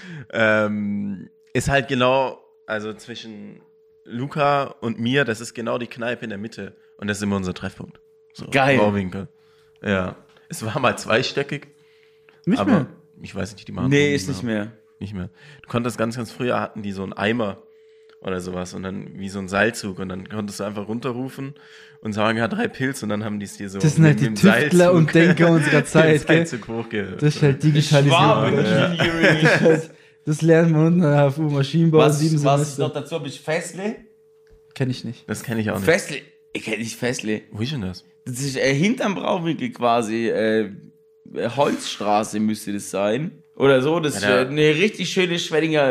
Ähm, ist halt genau, also zwischen Luca und mir, das ist genau die Kneipe in der Mitte. Und das ist immer unser Treffpunkt. So, Geil. Brauwinkel. Ja. Es war mal zweistöckig, Nicht aber mehr. ich weiß nicht, die machen Nee, ist nicht mehr. Nicht mehr. Du konntest ganz, ganz früher hatten die so einen Eimer oder sowas und dann wie so ein Seilzug und dann konntest du einfach runterrufen und sagen, ja, drei Pilz und dann haben die es dir so Das sind halt mit die dem Tüftler Seilzug- und Denker unserer Zeit, gell? Seilzug hochge- Das ist halt Digitalisierung. Schwaben Ja. Engineering. Das, ist halt, das lernt man unten an der H F U Maschinenbau Was, sieben was ich Semester. noch dazu habe, ich Fessle. Kenn ich nicht. Das kenne ich auch nicht. Fessle. Ich kenne nicht Fessle. Wo ist denn das? Das ist äh, hinterm Brauwinkel quasi. Äh, äh, Holzstraße müsste das sein. Oder so. Das ist Ja, äh, da- eine richtig schöne Schwenninger.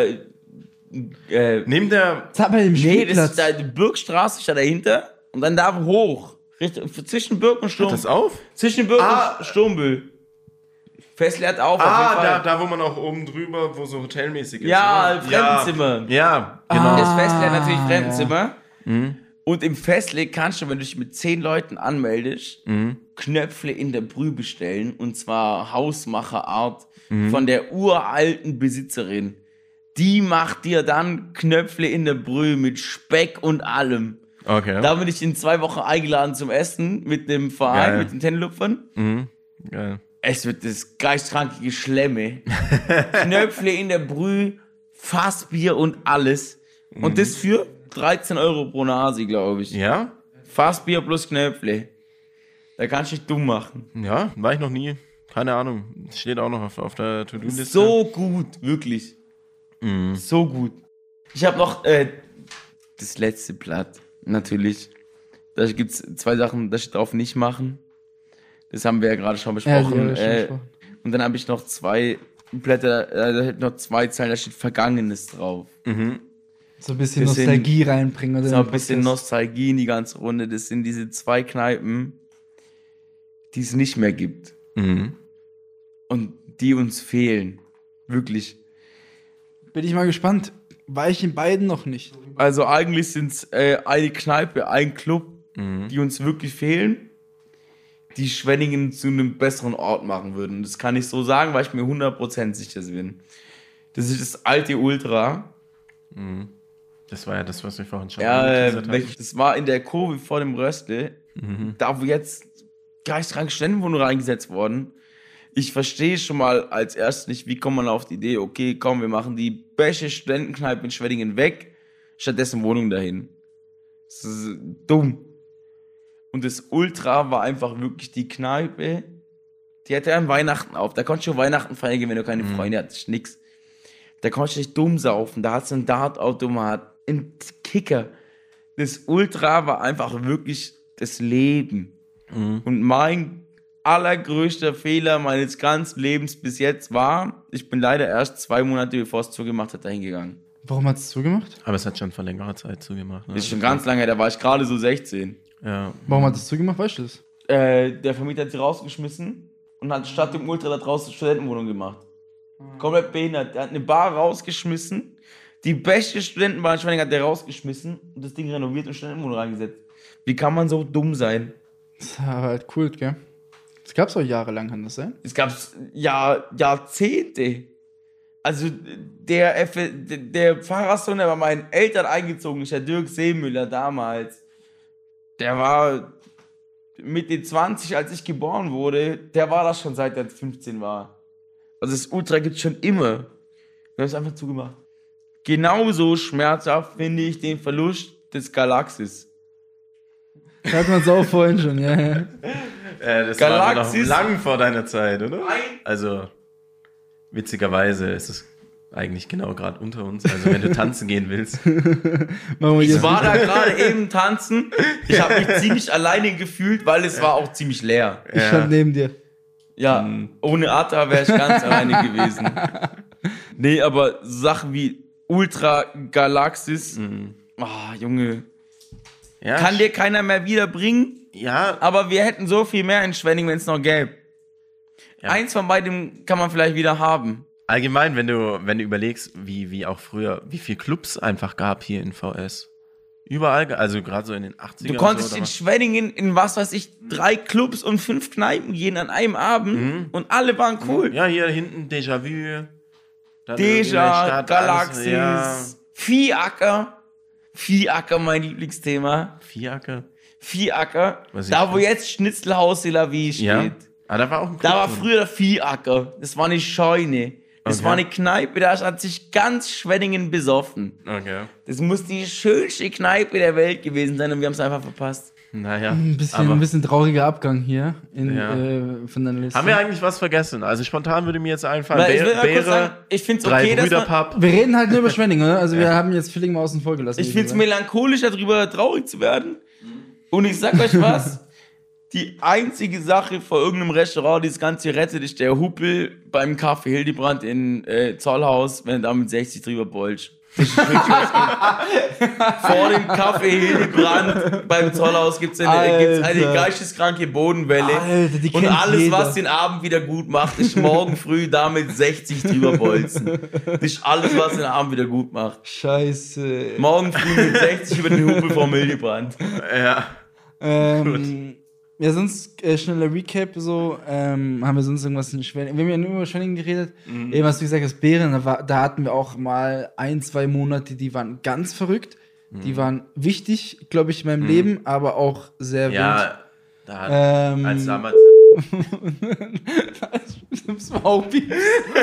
Äh, Neben der, Sag mal, dem nee, das Spielplatz. ist da, die Burgstraße ist da dahinter. Und dann da hoch. Richtig, zwischen Birk und hört Sturm. das auf? Zwischen Birk Ah. und Sturmbüll. Fessle hat auf. auf Ah, jeden da, Fall. da, wo man auch oben drüber, wo so hotelmäßig ist. Ja, oder? Fremdenzimmer. Ja, ja genau. Ah. Das Fessle hat natürlich Fremdenzimmer. Mhm. Und im Fessle kannst du, wenn du dich mit zehn Leuten anmeldest, Mhm. Knöpfle in der Brühe bestellen. Und zwar Hausmacherart Mhm. von der uralten Besitzerin. Die macht dir dann Knöpfle in der Brühe mit Speck und allem. Okay. Da bin ich in zwei Wochen eingeladen zum Essen mit dem Verein, Geil. mit den Tenlupfern. Mhm. Geil. Es wird das geistkranke Geschlemme. Knöpfle in der Brühe, Fassbier und alles. Und das für dreizehn Euro pro Nase, glaube ich. Ja? Fassbier plus Knöpfle. Da kannst du dich dumm machen. Ja, war ich noch nie. Keine Ahnung. Steht auch noch auf, auf der To-Do-Liste. So gut, wirklich. Mhm. So gut. Ich habe noch äh, das letzte Blatt, natürlich. Da gibt es zwei Sachen, das steht drauf nicht machen. Das haben wir ja gerade schon Ja, besprochen. ja, schon äh, besprochen. und dann habe ich noch zwei Blätter, äh, da steht noch zwei Zeilen, da steht Vergangenes drauf. Mhm. So ein bisschen, bisschen- Nostalgie reinbringen. Oder So in ein den bisschen Podcast. Nostalgie in die ganze Runde. Das sind diese zwei Kneipen, die es nicht mehr gibt. Mhm. Und die uns fehlen. Wirklich. Bin ich mal gespannt. War ich in beiden noch nicht. Also eigentlich sind es äh, eine Kneipe, ein Club, Mhm. die uns wirklich fehlen, die Schwenningen zu einem besseren Ort machen würden. Das kann ich so sagen, weil ich mir hundert Prozent sicher bin. Das ist das alte Ultra. Das war ja das, was wir vorhin schon Ja, äh, angeteasert haben. welch- das war in der Kurve vor dem Röstle. Da, wo jetzt geistkrank Studentenwohnungen reingesetzt worden. Ich verstehe schon mal als erstes nicht, wie kommt man auf die Idee, okay, komm, wir machen die beste Studentenkneipe in Schwenningen weg, stattdessen Wohnungen dahin. Das ist dumm. Und das Ultra war einfach wirklich die Kneipe, Die hatte an Weihnachten auf. Da konntest du Weihnachten feiern gehen, wenn du keine Freunde hattest. Nix. Da konntest du dich dumm saufen. Da hattest du einen Dartautomat, einen Kicker. Das Ultra war einfach wirklich das Leben. Mhm. Und mein allergrößter Fehler meines ganzen Lebens bis jetzt war, ich bin leider erst zwei Monate, bevor es zugemacht hat, dahin gegangen. Warum hat es zugemacht? Aber es hat schon vor längerer Zeit zugemacht. Ne? Das ist schon ganz lange her, da war ich gerade so sechzehn. Ja. Warum hat es zugemacht, weißt du das? Äh, der Vermieter hat sie rausgeschmissen und hat statt dem Ultra da draußen eine Studentenwohnung gemacht. Komplett behindert. Der hat eine Bar rausgeschmissen. Die beste Studentenbar in Schwenning hat der rausgeschmissen und das Ding renoviert und Studentenwohnung reingesetzt. Wie kann man so dumm sein? Das war halt Kult, gell? Das gab's auch jahrelang, kann das sein? Es gab Jahr, Jahrzehnte. Also der, F der Pfarrerssohn, der bei meinen Eltern eingezogen ist, der Dirk Seemüller damals, der war Mitte zwanzig, als ich geboren wurde, der war das schon seit er fünfzehn war. Also das Ultra gibt's schon immer. Wir haben es einfach zugemacht. Genauso schmerzhaft finde ich den Verlust des Galaxis. Da hat man es auch vorhin schon, ja, ja. Äh, das Galaxis. war noch lang vor deiner Zeit, oder? Nein. Also, witzigerweise ist es eigentlich genau gerade unter uns. Also, wenn du tanzen gehen willst. Machen wir Ich jetzt war da gerade eben tanzen. Ich habe mich ziemlich alleine gefühlt, weil es war auch ziemlich leer. Ich stand neben dir. Ja, ohne Atta wäre ich ganz alleine gewesen. Nee, aber Sachen wie Ultra Galaxis, Mhm. oh, Junge, Ja, kann dir keiner mehr wiederbringen, ja, aber wir hätten so viel mehr in Schwenning, wenn es noch gäbe. Ja. Eins von beidem kann man vielleicht wieder haben. allgemein, wenn du, wenn du überlegst, wie, wie auch früher, wie viel Clubs einfach gab hier in V S. Überall, also gerade so in den achtzigern. Du konntest so, in Schwenningen in was weiß ich, drei Clubs und fünf Kneipen gehen an einem Abend Mhm. und alle waren cool. Ja, hier hinten Déjà-vu. Dann irgendwie in der Deja, Stadt, Galaxis, alles, Viehacker. Viehacker, mein Lieblingsthema. Ja, Viehacke. Viehacker. Was Da, ist wo das? jetzt Schnitzelhaus de la Vie steht. Ja. Ah, da war auch ein Club Da war drin. früher der Viehacker. Das war eine Scheune. Das Okay. war eine Kneipe, da hat sich ganz Schwenningen besoffen. Okay. Das muss die schönste Kneipe der Welt gewesen sein und wir haben es einfach verpasst. Naja. Ein bisschen, aber ein bisschen trauriger Abgang hier in, Ja. äh, von deiner Liste. haben wir eigentlich was vergessen? Also spontan würde mir jetzt einfallen, Weil ich will Bä- mal kurz Beere, sagen, ich finde es drei okay, dass man, Brüderpub. Wir reden halt nur über Schwenningen, oder? Also wir haben jetzt Filling mal außen vor gelassen. ich finde es melancholisch, darüber traurig zu werden. Und ich sag euch was, die einzige Sache vor irgendeinem Restaurant, die das Ganze rettet, ist der Hupel beim Café Hildebrand in äh, Zollhaus, wenn er da mit sechzig drüber bolzt. Das ist wirklich was gut. Vor dem Café Hildebrand beim Zollhaus gibt es eine, gibt's eine Alter. geisteskranke Bodenwelle. Alter, die Und kennt alles, jeder. was den Abend wieder gut macht, ist morgen früh damit sechzig drüber bolzen. Das ist alles, was den Abend wieder gut macht. Scheiße. Morgen früh mit sechzig über den Hupel vom Hildebrand. Ja. Ähm, ja, sonst äh, schneller Recap, so, ähm, haben wir sonst irgendwas in Schwenningen, wir haben ja nur über Schwenningen geredet, eben was du gesagt hast, Bären, da, war, da hatten wir auch mal ein, zwei Monate, die waren ganz verrückt, die waren wichtig, glaube ich, in meinem Leben, aber auch sehr wild. Ja, da hat, Ähm, als damals. das war auch Beef.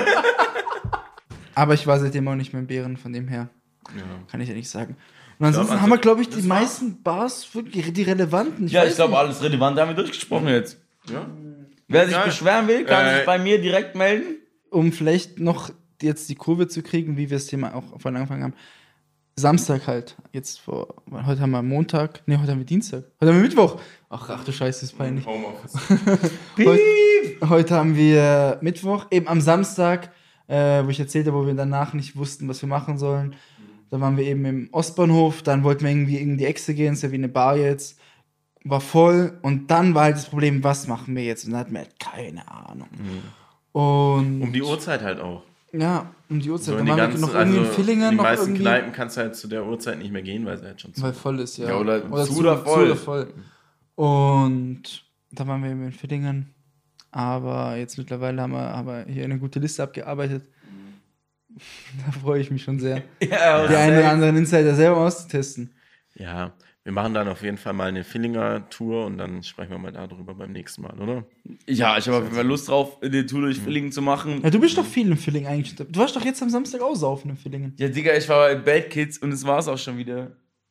Aber ich war seitdem auch nicht mehr in Bären, von dem her Ja. kann ich ja nicht sagen. Und ansonsten also, haben wir, glaube ich, die das war's. meisten Bars, wirklich die relevanten. Ja, weiß ich glaube, nicht. alles relevant haben wir durchgesprochen jetzt. Ja. Wer sich Geil. beschweren will, kann Äh, sich bei mir direkt melden. Um vielleicht noch jetzt die Kurve zu kriegen, wie wir das Thema auch von Anfang haben. Samstag halt, jetzt vor, heute haben wir Montag, ne, heute haben wir Dienstag, heute haben wir Mittwoch. Ach, ach du Scheiße, ist peinlich. Homeoffice. Heute, heute haben wir Mittwoch, eben am Samstag, äh, wo ich erzählt habe, wo wir danach nicht wussten, was wir machen sollen. Da waren wir eben im Ostbahnhof, dann wollten wir irgendwie in die Echse gehen, ist ja wie eine Bar jetzt, war voll und dann war halt das Problem, was machen wir jetzt? Und dann hatten wir halt keine Ahnung. Und Um die Uhrzeit halt auch. ja, um die Uhrzeit. So dann in die waren wir ganzen, noch irgendwie also in Villingen, in die noch meisten irgendwie, Kneipen kannst du halt zu der Uhrzeit nicht mehr gehen, weil sie halt schon zu. weil voll ist, ja. Ja, oder zu oder voll. Zu oder voll. Und da waren wir eben in Villingen. Aber jetzt mittlerweile haben wir, haben wir hier eine gute Liste abgearbeitet. Da freue ich mich schon sehr, Ja, die einen oder anderen Insider selber auszutesten. Ja, wir machen dann auf jeden Fall mal eine Fillinger-Tour und dann sprechen wir mal darüber beim nächsten Mal, oder? ja, ich habe auf jeden Fall Lust drauf, eine Tour durch Villingen zu machen. Ja, du bist doch viel in Villingen eigentlich. Du warst doch jetzt am Samstag auch saufen in Villingen. Ja, Digga, ich war bei Bad Kids und es war's auch schon wieder.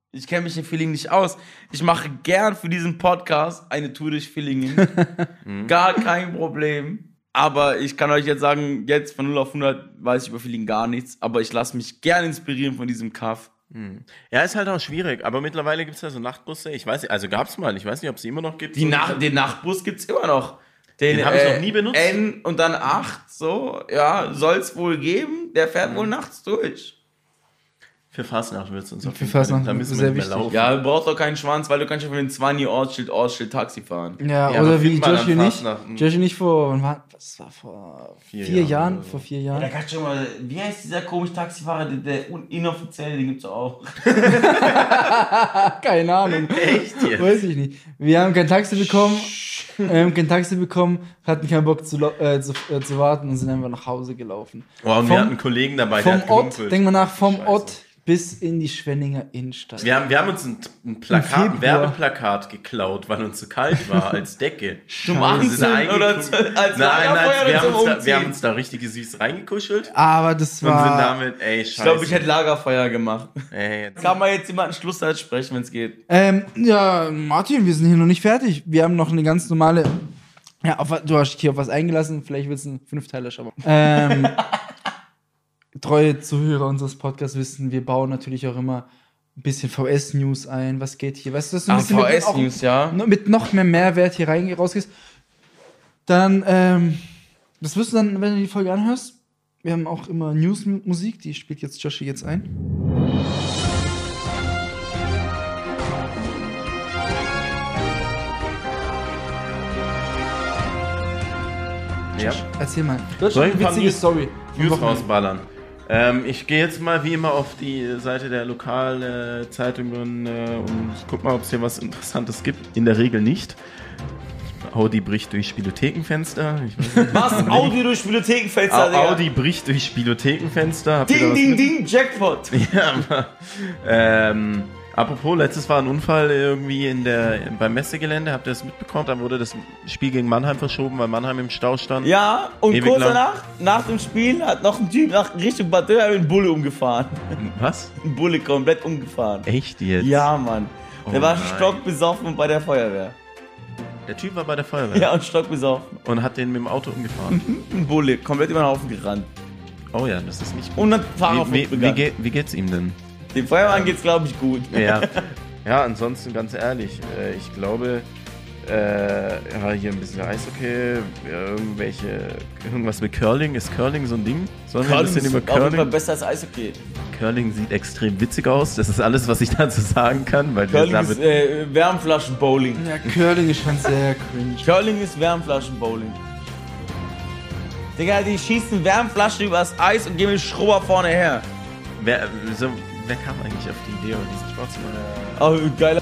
Ich kenne mich in Villingen nicht aus. Ich mache gern für diesen Podcast eine Tour durch Villingen. Gar kein Problem. Aber ich kann euch jetzt sagen, jetzt von null auf hundert weiß ich über Villingen gar nichts. Aber ich lasse mich gern inspirieren von diesem Kaff. Ja, ist halt auch schwierig, aber mittlerweile gibt es ja so Nachtbusse. Ich weiß nicht, also gab es mal, ich weiß nicht, ob es immer noch gibt. Die so Nacht, den Nachtbus gibt's immer noch. Den, Den hab ich noch nie benutzt. N und dann acht, so, ja, soll's wohl geben. Der fährt wohl nachts durch. Für Fastnacht wird es uns auf Für jeden Fall, Fastnacht da müssen sehr wir nicht mehr wichtig. laufen. Ja, du brauchst doch keinen Schwanz, weil du kannst ja von den Zwanni Ortsschild, Ortsschild Taxi fahren. Ja, Ja, oder aber wie find mal Joshi an nicht. Fastnachten. Joshi nicht vor, wann war, was war vor Vier vier, Jahren Jahren? oder so. Vor vier Ja, da Jahren. kannst du schon mal, wie heißt dieser komische Taxifahrer, der, der un- inoffizielle, den gibt's auch. Keine Ahnung. Echt jetzt? Weiß ich nicht. Wir haben kein Taxi bekommen, ähm, kein Taxi bekommen, hatten keinen Bock zu, lau- äh, zu, äh, zu warten und sind einfach nach Hause gelaufen. Oh, und Vom- wir hatten einen Kollegen dabei, der Vom hat Ott, gehumpelt. denk mal nach, vom Scheiße. Ott bis in die Schwenninger Innenstadt. Wir haben, wir haben uns ein, ein Im Plakat, Februar. ein Werbeplakat geklaut, weil uns zu kalt war, als Decke. Zum Wir sind Anzünden da oder eingekuschelt. zu- als Nein, Lagerfeuer nein, oder wir, zum haben uns da, Umziehen? wir haben uns da richtig süß reingekuschelt Aber das und sind war. damit, ey, scheiße. Ich glaube, ich hätte Lagerfeuer gemacht. ey, jetzt- Kann man jetzt jemanden Schlusssatz sprechen, wenn es geht? Ähm, ja, Martin, wir sind hier noch nicht fertig. Wir haben noch eine ganz normale. Ja, auf, wa- du hast dich hier auf was eingelassen. Vielleicht wird es ein Fünfteiler schauen. Ähm, treue Zuhörer unseres Podcasts wissen, wir bauen natürlich auch immer ein bisschen V S-News ein. Was geht hier? Weißt du, dass du ein Ah, bisschen mit, auch V S-News, ja. no- mit noch mehr Mehrwert hier rein rausgehst? Dann, ähm, das wirst du dann, wenn du die Folge anhörst. Wir haben auch immer News-Musik, die spielt jetzt Joshi jetzt ein. ja. Erzähl mal. Soll ich ein paar witzige News- Story. vom News Wochenende. rausballern. Ähm, ich gehe jetzt mal wie immer auf die Seite der Lokalzeitungen äh, und guck mal, ob es hier was Interessantes gibt. In der Regel nicht. Audi bricht durch Spielothekenfenster. Ich weiß nicht. Was? Audio durch Bibliothekenfenster, Au- Digga. Audi bricht durch Spielothekenfenster. Habt ihr da Ding, was ding, mit? ding, Jackpot. Ja, aber, ähm, apropos, letztes war ein Unfall irgendwie in der, beim Messegelände. Habt ihr das mitbekommen? Dann wurde das Spiel gegen Mannheim verschoben, weil Mannheim im Stau stand. Ja, und Ewig kurz lang. danach, nach dem Spiel, hat noch ein Typ nach Richtung Bad Dürr einen Bulle umgefahren. Was? Ein Bulle komplett umgefahren. Echt jetzt? Ja, Mann. Der Oh war nein. stockbesoffen und bei der Feuerwehr. Der Typ war bei der Feuerwehr Ja, und stockbesoffen. und hat den mit dem Auto umgefahren. Ein Bulle, komplett über den Haufen gerannt. Oh ja, das ist nicht gut. Und dann Fahrerflucht Wie, wie, wie, begangen. geht, wie geht's ihm denn? Dem Feuerwehrmann geht's, glaube ich, gut. Ja. Ja, ansonsten ganz ehrlich, äh, ich glaube, äh, ja, hier ein bisschen Eishockey, irgendwelche, irgendwas mit Curling. Ist Curling so ein Ding? Sollen wir ein Curling bisschen ist über auf jeden Fall Curling? besser als Eishockey. Curling sieht extrem witzig aus. Das ist alles, was ich dazu sagen kann, weil wir Curling damit ist äh, Wärmflaschen-Bowling. Ja, Curling ist schon sehr cringe. Curling ist Wärmflaschen-Bowling. Digga, die schießen Wärmflaschen übers Eis und geben den Schrubber vorne her. wer, so, wer kam eigentlich auf die Idee, diesen Sport zu machen? Oh, geiler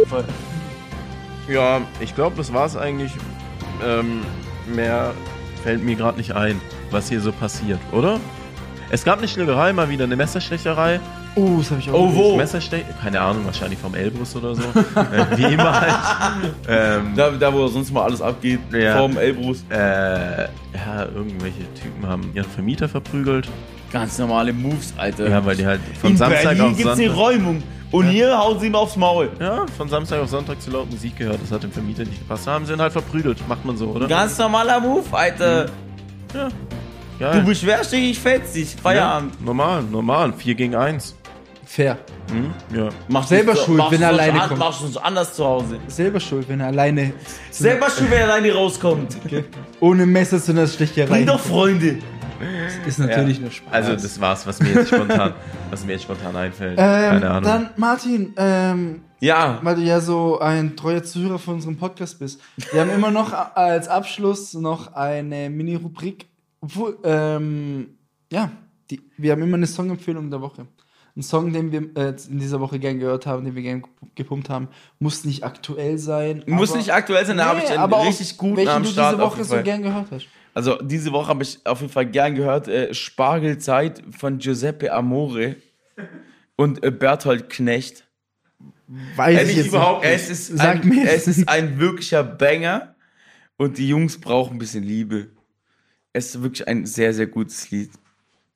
Ja, ich glaube, das war's eigentlich. Ähm, mehr fällt mir gerade nicht ein, was hier so passiert, oder? Es gab eine Schlägerei, mal wieder eine Messerstecherei. Oh, das habe ich auch Oh, wo? Messerstech, keine Ahnung, wahrscheinlich vom Elbrus oder so. äh, wie immer halt. Ähm, Da, da, wo sonst mal alles abgeht, Ja. vorm Elbrus. äh, ja, irgendwelche Typen haben ihren Vermieter verprügelt. Ganz normale Moves, Alter. Ja, weil die halt von In Samstag Berlin auf gibt's eine Sonntag. Räumung. Und hier hauen sie ihm aufs Maul. Ja, von Samstag auf Sonntag zu laut Musik gehört. Das hat dem Vermieter nicht gepasst. Da haben sie ihn halt verprügelt. Macht man so, oder? Ganz normaler Move, Alter. Ja. Du Geil. beschwerst dich, ich fetz dich. Feierabend. Ja, normal, normal. vier gegen eins. Fair. Hm? Ja. Machst Selber du- schuld, machst wenn du er sonst alleine an- kommt. Machst du uns anders zu Hause. Selber schuld, wenn er alleine Selber schuld, wenn er alleine rauskommt. ohne Messer zu einer Stecherei Bring doch Freunde. ist natürlich Ja. nur Spaß. Also das war's, was mir jetzt spontan, was mir jetzt spontan einfällt. ähm, Keine Ahnung. Dann, Martin, ähm, Ja. weil du ja so ein treuer Zuhörer von unserem Podcast bist. Wir haben immer noch als Abschluss noch eine Mini-Rubrik. Obwohl, ähm, ja, die, wir haben immer eine Songempfehlung der Woche. Ein Song, den wir äh, in dieser Woche gern gehört haben, den wir gern gepumpt haben, muss nicht aktuell sein. Muss aber- nicht aktuell sein, da habe ich einen aber auch richtig guten welchen am du Start. diese auf Woche jeden so Fall. gern gehört hast. Also diese Woche habe ich auf jeden Fall gern gehört äh, Spargelzeit von Giuseppe Amore und äh, Berthold Knecht. Weiß Es ich ist jetzt überhaupt, nicht. es ist, Sag ein, mir es jetzt ist nicht. ein wirklicher Banger und die Jungs brauchen ein bisschen Liebe. Es ist wirklich ein sehr, sehr gutes Lied.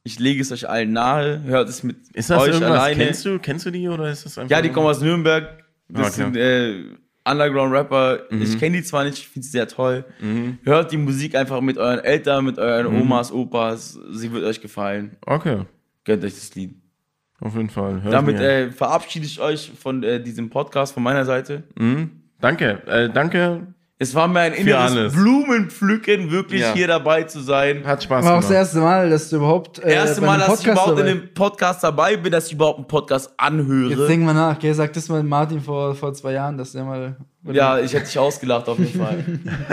Ich lege es euch allen nahe. Hört es mit Ist das euch irgendwas? alleine. Kennst du, kennst du die oder ist das einfach? Ja, die kommen aus Nürnberg. Das Okay. sind äh, Underground-Rapper. Mhm. Ich kenne die zwar nicht, ich finde sie sehr toll. Mhm. Hört die Musik einfach mit euren Eltern, mit euren Mhm. Omas, Opas. Sie wird euch gefallen. Okay, Gönnt euch das Lied. auf jeden Fall. Hör Damit mir. äh, verabschiede ich euch von äh, diesem Podcast von meiner Seite. Mhm. Danke, äh, danke. Es war mir ein inneres alles. Blumenpflücken, wirklich Ja. hier dabei zu sein. Hat Spaß War auch gemacht. das erste Mal, dass du überhaupt. Äh, Erste bei Mal, einem dass ich Podcast überhaupt in dabei- dem Podcast dabei bin, dass ich überhaupt einen Podcast anhöre. Jetzt denk mal nach, gell? Sag das mal Martin vor, vor zwei Jahren, dass der mal. Ja, ich hätte dich ausgelacht auf jeden Fall.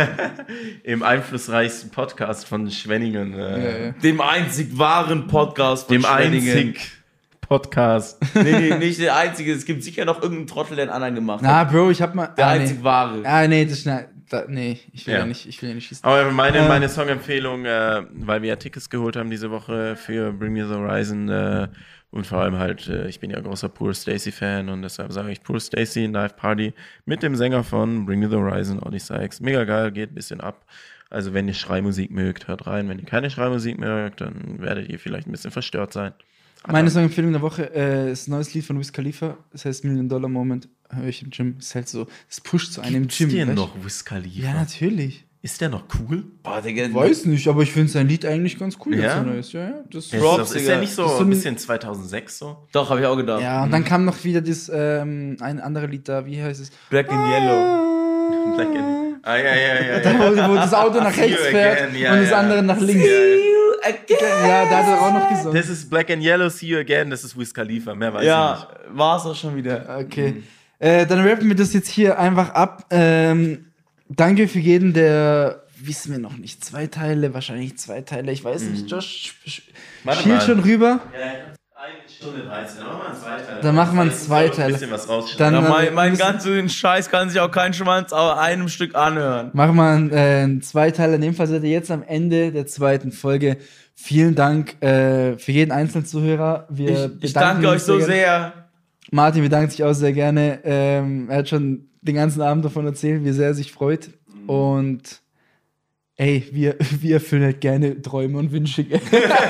Im einflussreichsten Podcast von Schwenningen. Äh, Ja, ja. Dem einzig wahren Podcast von Dem Schwenningen. einzig Podcast. Nee, nee, nicht der einzige. Es gibt sicher noch irgendeinen Trottel, der einen anderen gemacht Na, hat. Bro, ich hab mal. Der ah, einzig nee. wahre. Ah, nee, das schneid. Da, nee, ich will ja. Ja. nicht, ich will ja nicht schießen. Aber meine, Äh. meine Songempfehlung, äh, weil wir ja Tickets geholt haben diese Woche für Bring Me the Horizon äh, und vor allem halt, äh, ich bin ja großer Poor Stacy Fan und deshalb sage ich Poor Stacy Live Party mit dem Sänger von Bring Me the Horizon, Oddy Sykes. Mega geil, geht ein bisschen ab. Also wenn ihr Schreimusik mögt, hört rein. Wenn ihr keine Schreimusik mögt, dann werdet ihr vielleicht ein bisschen verstört sein. Meine Songempfehlung der Woche äh, ist ein neues Lied von Wiz Khalifa. Das heißt Million Dollar Moment. Höre ich im Gym. Ist halt so, das pusht zu einem Gibt's Gym. den weißt du? noch, Wiz Khalifa? Ja, natürlich. Ist der noch cool? Boah, Digga. Weiß nicht, aber ich finde sein Lied eigentlich ganz cool. Ja? Jetzt so neues. Ja, ja, das Ist, Props, das, ist Digga. der nicht so, Das ist so ein ein- bisschen zweitausendsechs so? Doch, habe ich auch gedacht. ja, und dann kam noch wieder das, ähm, ein anderes Lied da, wie heißt es? Black and Yellow. Black and- Ah, ja, ja, ja. Da, ja. wo, wo das Auto nach See you rechts fährt again, ja, und das ja. andere nach links. Ja, ja. Ja, da hat er auch noch gesungen. Das ist Black and Yellow, See You Again, das ist Wiz Khalifa, mehr weiß ich Ja, nicht. war es auch schon wieder. Okay. Äh, dann rappen wir das jetzt hier einfach ab. Ähm, danke für jeden, der, wissen wir noch nicht, zwei Teile, wahrscheinlich zwei Teile, ich weiß nicht. Josh sch- Warte schielt mal. schon rüber. eine Stunde dreizehn, dann machen wir einen Zweiteiler. Dann machen wir einen Ich muss aber Zweiteiler. Ein bisschen was rausschneiden. Dann Ja, mein äh, mein müssen- ganzen Scheiß kann sich auch kein Schwanz auf einem Stück anhören. Machen wir einen, äh, einen Zweiteiler. In dem Fall seid ihr jetzt am Ende der zweiten Folge. Vielen Dank äh, für jeden einzelnen Zuhörer. Wir Ich, ich bedanken danke euch uns so gerne. sehr. Martin bedankt sich auch sehr gerne. Ähm, er hat schon den ganzen Abend davon erzählt, wie sehr er sich freut. Und ey, wir, wir erfüllen halt gerne Träume und Wünsche. Gell?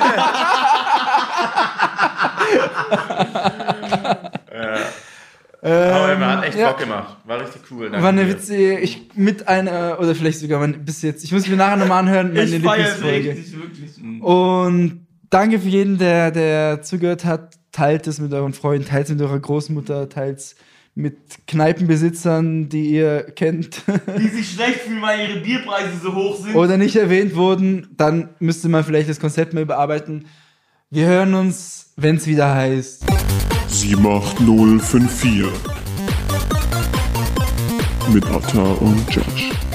Aber Ähm, man hat echt ja. Bock gemacht. War richtig cool. Danke War eine dir. witzige, ich mit einer, oder vielleicht sogar mein, bis jetzt, ich muss mir nachher nochmal anhören, meine Ich feiere es Lieblingsfolge. richtig, wirklich. Und danke für jeden, der, der zugehört hat. Teilt es mit euren Freunden, teilt es mit eurer Großmutter, teilt es mit Kneipenbesitzern, die ihr kennt Die sich schlecht fühlen, weil ihre Bierpreise so hoch sind. oder nicht erwähnt wurden. Dann müsste man vielleicht das Konzept mal überarbeiten. Wir hören uns, wenn es wieder heißt. sieben acht null fünf vier mit Atta und Josh.